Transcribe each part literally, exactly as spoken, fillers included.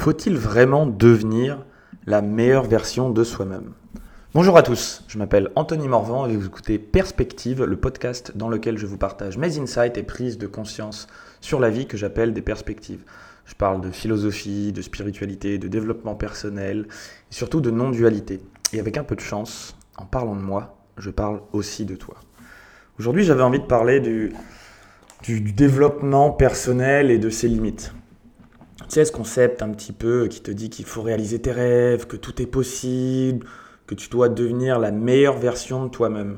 Faut-il vraiment devenir la meilleure version de soi-même ? Bonjour à tous, je m'appelle Anthony Morvan et vous écoutez Perspective, le podcast dans lequel je vous partage mes insights et prises de conscience sur la vie que j'appelle des perspectives. Je parle de philosophie, de spiritualité, de développement personnel et surtout de non-dualité. Et avec un peu de chance, en parlant de moi, je parle aussi de toi. Aujourd'hui, j'avais envie de parler du, du, du développement personnel et de ses limites. Tu sais, ce concept un petit peu qui te dit qu'il faut réaliser tes rêves, que tout est possible, que tu dois devenir la meilleure version de toi-même.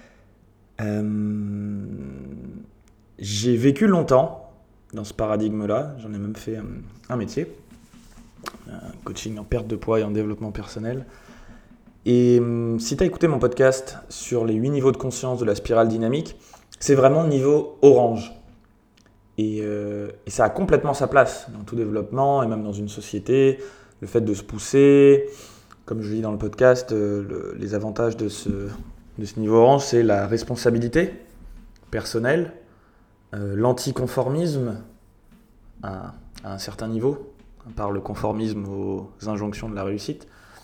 Euh, j'ai vécu longtemps dans ce paradigme-là, j'en ai même fait un, un métier, un coaching en perte de poids et en développement personnel. Et si tu as écouté mon podcast sur les huit niveaux de conscience de la spirale dynamique, c'est vraiment le niveau orange. Et, euh, et ça a complètement sa place dans tout développement et même dans une société. Le fait de se pousser, comme je dis dans le podcast, euh, le, les avantages de ce, de ce niveau orange, c'est la responsabilité personnelle, euh, l'anticonformisme à, à un certain niveau, par le conformisme aux injonctions de la réussite,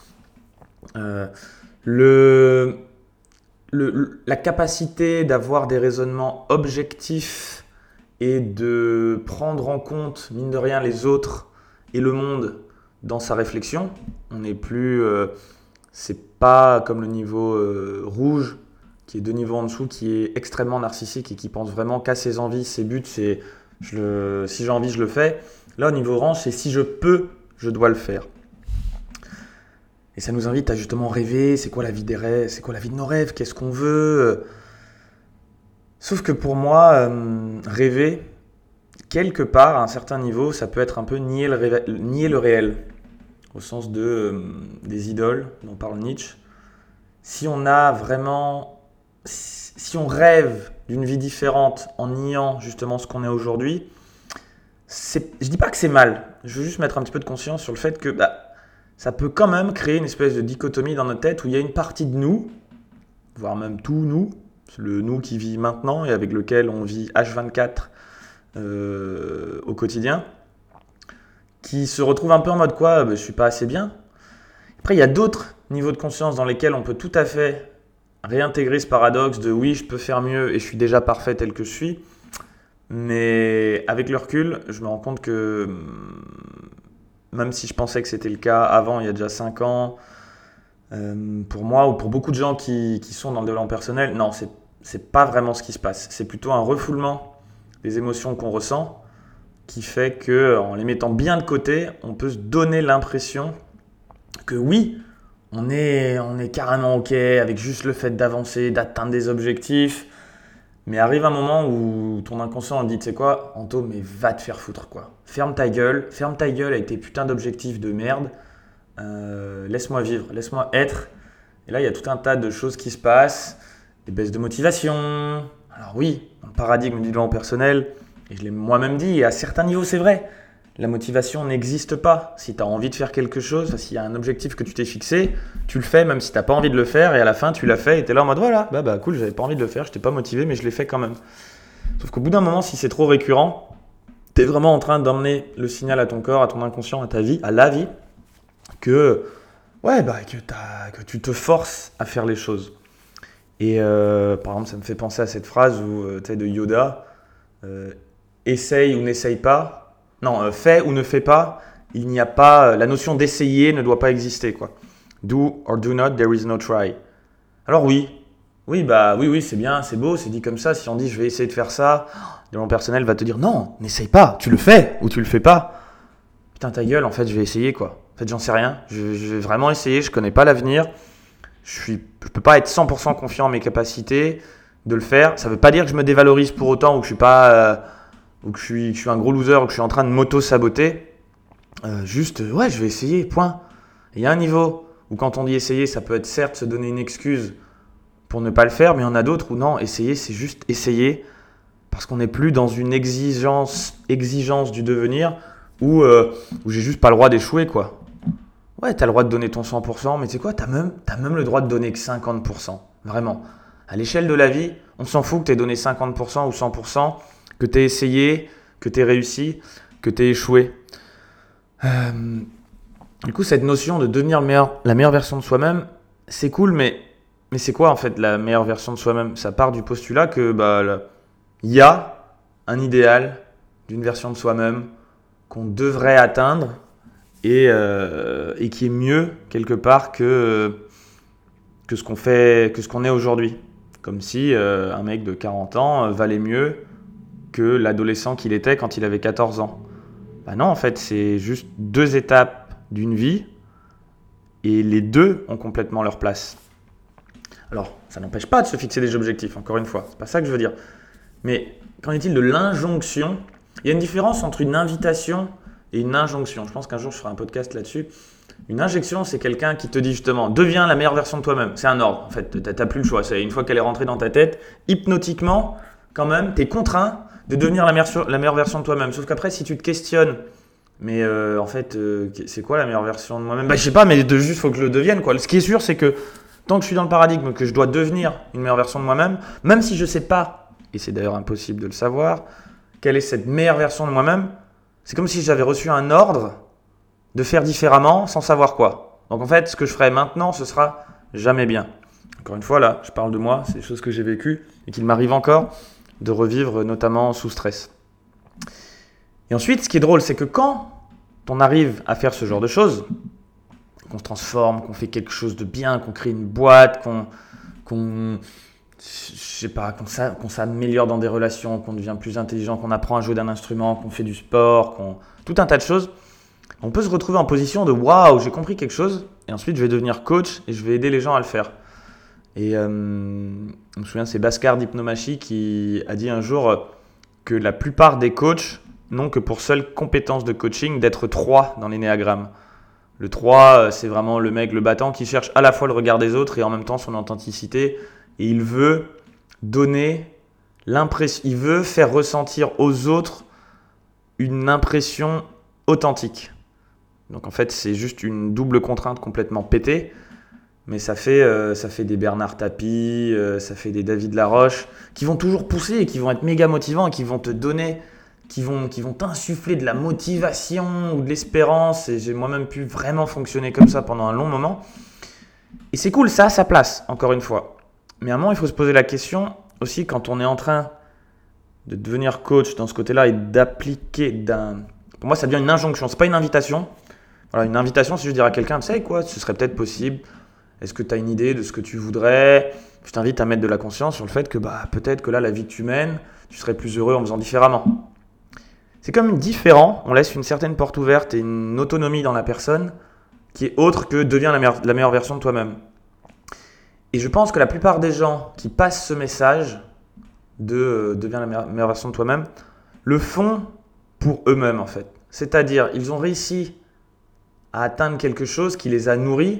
euh, le, le, la capacité d'avoir des raisonnements objectifs et de prendre en compte, mine de rien, les autres et le monde dans sa réflexion. On n'est plus, euh, c'est pas comme le niveau euh, rouge, qui est deux niveaux en dessous, qui est extrêmement narcissique et qui pense vraiment qu'à ses envies, ses buts, c'est je le, si j'ai envie, je le fais. Là, au niveau orange, c'est si je peux, je dois le faire. Et ça nous invite à justement rêver, c'est quoi la vie des rêves, c'est quoi la vie de nos rêves, qu'est-ce qu'on veut. Sauf que pour moi, euh, rêver, quelque part, à un certain niveau, ça peut être un peu nier le, ré- nier le réel, au sens de, euh, des idoles dont parle Nietzsche. Si on a vraiment, si, si on rêve d'une vie différente en niant justement ce qu'on est aujourd'hui, c'est, je dis pas que c'est mal, je veux juste mettre un petit peu de conscience sur le fait que bah, ça peut quand même créer une espèce de dichotomie dans notre tête où il y a une partie de nous, voire même tout nous, le nous qui vit maintenant et avec lequel on vit H vingt-quatre euh, au quotidien, qui se retrouve un peu en mode quoi, bah, je suis pas assez bien. Après, il y a d'autres niveaux de conscience dans lesquels on peut tout à fait réintégrer ce paradoxe de oui, je peux faire mieux et je suis déjà parfait tel que je suis. Mais avec le recul, je me rends compte que même si je pensais que c'était le cas avant, il y a déjà cinq ans, euh, pour moi ou pour beaucoup de gens qui, qui sont dans le développement personnel, non, c'est c'est pas vraiment ce qui se passe. C'est plutôt un refoulement des émotions qu'on ressent qui fait qu'en les mettant bien de côté, on peut se donner l'impression que oui, on est, on est carrément OK avec juste le fait d'avancer, d'atteindre des objectifs. Mais arrive un moment où ton inconscient dit, tu sais quoi, Anto, mais va te faire foutre quoi. Ferme ta gueule, ferme ta gueule avec tes putains d'objectifs de merde. Euh, laisse-moi vivre, laisse-moi être. Et là, il y a tout un tas de choses qui se passent. Des baisses de motivation. Alors oui, dans le paradigme du développement personnel, et je l'ai moi-même dit, et à certains niveaux c'est vrai, la motivation n'existe pas. Si tu as envie de faire quelque chose, s'il y a un objectif que tu t'es fixé, tu le fais même si tu n'as pas envie de le faire, et à la fin tu l'as fait, et tu es là en mode voilà, bah, bah cool, j'avais pas envie de le faire, je n'étais pas motivé, mais je l'ai fait quand même. Sauf qu'au bout d'un moment, si c'est trop récurrent, tu es vraiment en train d'emmener le signal à ton corps, à ton inconscient, à ta vie, à la vie, que, ouais, bah, que, t'as, que tu te forces à faire les choses. Et euh, par exemple, ça me fait penser à cette phrase où, euh, de Yoda, euh, essaye ou n'essaye pas, non, euh, fais ou ne fais pas, il n'y a pas, la notion d'essayer ne doit pas exister, quoi. Do or do not, there is no try. Alors oui, oui, bah oui, oui, c'est bien, c'est beau, c'est dit comme ça. Si on dit je vais essayer de faire ça, le développement personnel va te dire non, n'essaye pas, tu le fais ou tu le fais pas. Putain, ta gueule, en fait, je vais essayer, quoi. En fait, j'en sais rien, je, je vais vraiment essayer, je connais pas l'avenir. Je ne peux pas être cent pour cent confiant en mes capacités de le faire. Ça ne veut pas dire que je me dévalorise pour autant ou que je suis, pas, euh, ou que je suis, que je suis un gros loser ou que je suis en train de m'auto-saboter. Euh, juste, euh, ouais, je vais essayer, point. Il y a un niveau où quand on dit essayer, ça peut être certes se donner une excuse pour ne pas le faire, mais il y en a d'autres où non, essayer, c'est juste essayer parce qu'on n'est plus dans une exigence, exigence du devenir où, euh, où j'ai juste pas le droit d'échouer, quoi. Ouais, t'as le droit de donner ton cent pour cent, mais tu sais quoi, t'as même, t'as même le droit de donner que cinquante pour cent. Vraiment. À l'échelle de la vie, on s'en fout que t'aies donné cinquante pour cent ou cent pour cent, que t'aies essayé, que t'aies réussi, que t'aies échoué. Euh, du coup, cette notion de devenir le meilleur, la meilleure version de soi-même, c'est cool, mais, mais c'est quoi en fait la meilleure version de soi-même? Ça part du postulat que bah, là, il y a un idéal d'une version de soi-même qu'on devrait atteindre et, euh, et qui est mieux quelque part que, que ce qu'on fait, que ce qu'on est aujourd'hui. Comme si euh, un mec de quarante ans euh, valait mieux que l'adolescent qu'il était quand il avait quatorze ans. Bah non, en fait, c'est juste deux étapes d'une vie et les deux ont complètement leur place. Alors, ça n'empêche pas de se fixer des objectifs, encore une fois, c'est pas ça que je veux dire. Mais qu'en est-il de l'injonction? Il y a une différence entre une invitation et une injonction. Je pense qu'un jour, je ferai un podcast là-dessus. Une injection, c'est quelqu'un qui te dit justement « deviens la meilleure version de toi-même ». C'est un ordre, en fait, tu n'as plus le choix. C'est une fois qu'elle est rentrée dans ta tête, hypnotiquement, quand même, tu es contraint de devenir la meilleure, la meilleure version de toi-même. Sauf qu'après, si tu te questionnes, mais euh, en fait, euh, c'est quoi la meilleure version de moi-même? Bah, je sais pas, mais de juste, il faut que je le devienne, quoi. Ce qui est sûr, c'est que tant que je suis dans le paradigme que je dois devenir une meilleure version de moi-même, même si je ne sais pas, et c'est d'ailleurs impossible de le savoir, quelle est cette meilleure version de moi-même, c'est comme si j'avais reçu un ordre de faire différemment sans savoir quoi. Donc en fait, ce que je ferai maintenant, ce sera jamais bien. Encore une fois, là, je parle de moi, c'est des choses que j'ai vécues et qu'il m'arrive encore de revivre, notamment sous stress. Et ensuite, ce qui est drôle, c'est que quand on arrive à faire ce genre de choses, qu'on se transforme, qu'on fait quelque chose de bien, qu'on crée une boîte, qu'on, qu'on, je sais pas, qu'on, s'a, qu'on s'améliore dans des relations, qu'on devient plus intelligent, qu'on apprend à jouer d'un instrument, qu'on fait du sport, qu'on, tout un tas de choses, on peut se retrouver en position de waouh, j'ai compris quelque chose, et ensuite je vais devenir coach et je vais aider les gens à le faire. Et euh, je me souviens, c'est Bhaskar d'Hypnomachie qui a dit un jour que la plupart des coachs n'ont que pour seule compétence de coaching d'être trois dans l'énéagramme. Le trois, c'est vraiment le mec, le battant, qui cherche à la fois le regard des autres et en même temps son authenticité. Et il veut donner l'impression, il veut faire ressentir aux autres une impression authentique. Donc en fait, c'est juste une double contrainte complètement pétée. Mais ça fait, euh, ça fait des Bernard Tapie, euh, ça fait des David Laroche, qui vont toujours pousser et qui vont être méga motivants et qui vont te donner, qui vont, qui vont t'insuffler de la motivation ou de l'espérance. Et j'ai moi-même pu vraiment fonctionner comme ça pendant un long moment. Et c'est cool, ça a sa place, encore une fois. Mais à un moment, il faut se poser la question aussi quand on est en train de devenir coach dans ce côté-là et d'appliquer d'un... Pour moi, ça devient une injonction, c'est pas une invitation. Voilà, une invitation, c'est juste dire à quelqu'un, tu sais quoi, ce serait peut-être possible. Est-ce que tu as une idée de ce que tu voudrais? Je t'invite à mettre de la conscience sur le fait que bah, peut-être que là, la vie que tu mènes, tu serais plus heureux en faisant différemment. C'est comme différent, on laisse une certaine porte ouverte et une autonomie dans la personne qui est autre que deviens la meilleure, la meilleure version de toi-même. Et je pense que la plupart des gens qui passent ce message de euh, deviens la meilleure, meilleure version de toi-même le font pour eux-mêmes en fait. C'est-à-dire, ils ont réussi à atteindre quelque chose qui les a nourris.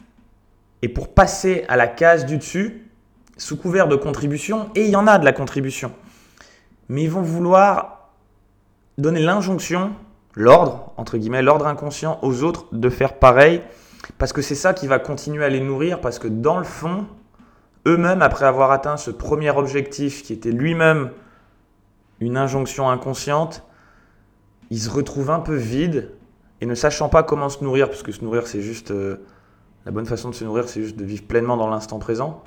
Et pour passer à la case du dessus, sous couvert de contribution, et il y en a de la contribution, mais ils vont vouloir donner l'injonction, l'ordre, entre guillemets, l'ordre inconscient aux autres de faire pareil, parce que c'est ça qui va continuer à les nourrir, parce que dans le fond, eux-mêmes, après avoir atteint ce premier objectif qui était lui-même une injonction inconsciente, ils se retrouvent un peu vides et ne sachant pas comment se nourrir, parce que se nourrir, c'est juste... Euh, La bonne façon de se nourrir, c'est juste de vivre pleinement dans l'instant présent.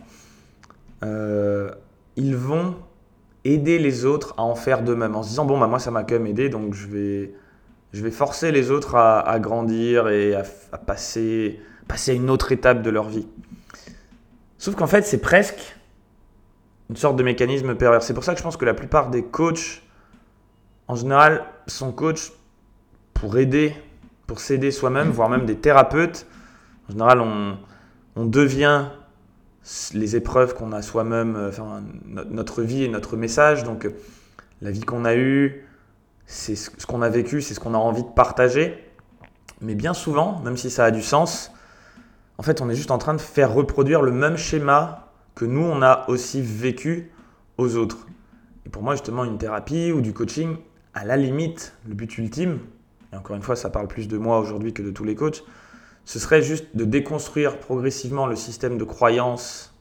Euh, ils vont aider les autres à en faire d'eux-mêmes, en se disant « bon, bah, moi, ça m'a quand même aidé, donc je vais, je vais forcer les autres à, à grandir et à, à passer, passer à une autre étape de leur vie. » Sauf qu'en fait, c'est presque une sorte de mécanisme pervers. C'est pour ça que je pense que la plupart des coachs, en général, sont coachs pour aider, pour s'aider soi-même, voire même des thérapeutes. En général, on, on devient les épreuves qu'on a soi-même, enfin, notre vie et notre message. Donc, la vie qu'on a eue, c'est ce qu'on a vécu, c'est ce qu'on a envie de partager. Mais bien souvent, même si ça a du sens, en fait, on est juste en train de faire reproduire le même schéma que nous, on a aussi vécu aux autres. Et pour moi, justement, une thérapie ou du coaching, à la limite, le but ultime, et encore une fois, ça parle plus de moi aujourd'hui que de tous les coachs, ce serait juste de déconstruire progressivement le système de croyance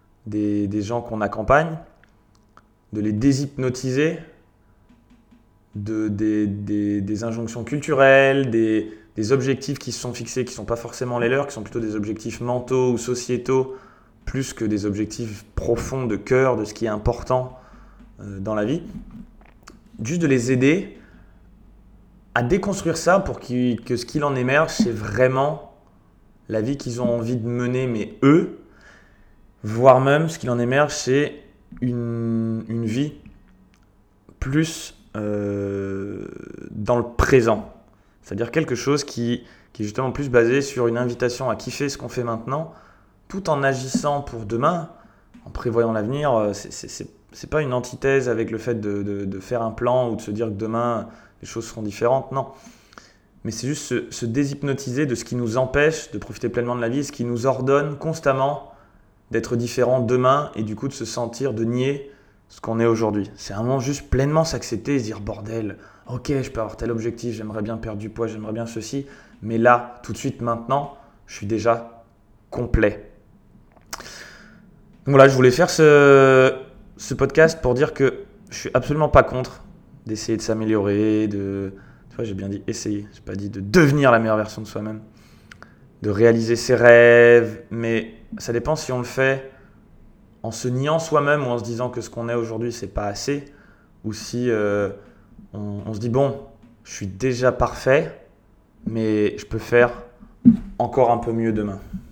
des, des gens qu'on accompagne, de les déshypnotiser, de, des, des, des injonctions culturelles, des, des objectifs qui se sont fixés, qui ne sont pas forcément les leurs, qui sont plutôt des objectifs mentaux ou sociétaux, plus que des objectifs profonds de cœur, de ce qui est important euh, dans la vie. Juste de les aider à déconstruire ça pour qu'il, que ce qu'il en émerge, c'est vraiment la vie qu'ils ont envie de mener, mais eux, voire même ce qu'il en émerge, c'est une, une vie plus euh, dans le présent. C'est-à-dire quelque chose qui, qui est justement plus basé sur une invitation à kiffer ce qu'on fait maintenant, tout en agissant pour demain, en prévoyant l'avenir. C'est, c'est, c'est, c'est pas une antithèse avec le fait de, de, de faire un plan ou de se dire que demain, les choses seront différentes, non. Mais c'est juste se, se déshypnotiser de ce qui nous empêche de profiter pleinement de la vie et ce qui nous ordonne constamment d'être différent demain et du coup de se sentir, de nier ce qu'on est aujourd'hui. C'est vraiment juste pleinement s'accepter et se dire bordel, ok, je peux avoir tel objectif, j'aimerais bien perdre du poids, j'aimerais bien ceci, mais là, tout de suite, maintenant, je suis déjà complet. Donc voilà, je voulais faire ce, ce podcast pour dire que je suis absolument pas contre d'essayer de s'améliorer, de... Tu vois, j'ai bien dit essayer, j'ai pas dit de devenir la meilleure version de soi-même, de réaliser ses rêves, mais ça dépend si on le fait en se niant soi-même ou en se disant que ce qu'on est aujourd'hui, c'est pas assez, ou si euh, on, on se dit bon, je suis déjà parfait, mais je peux faire encore un peu mieux demain.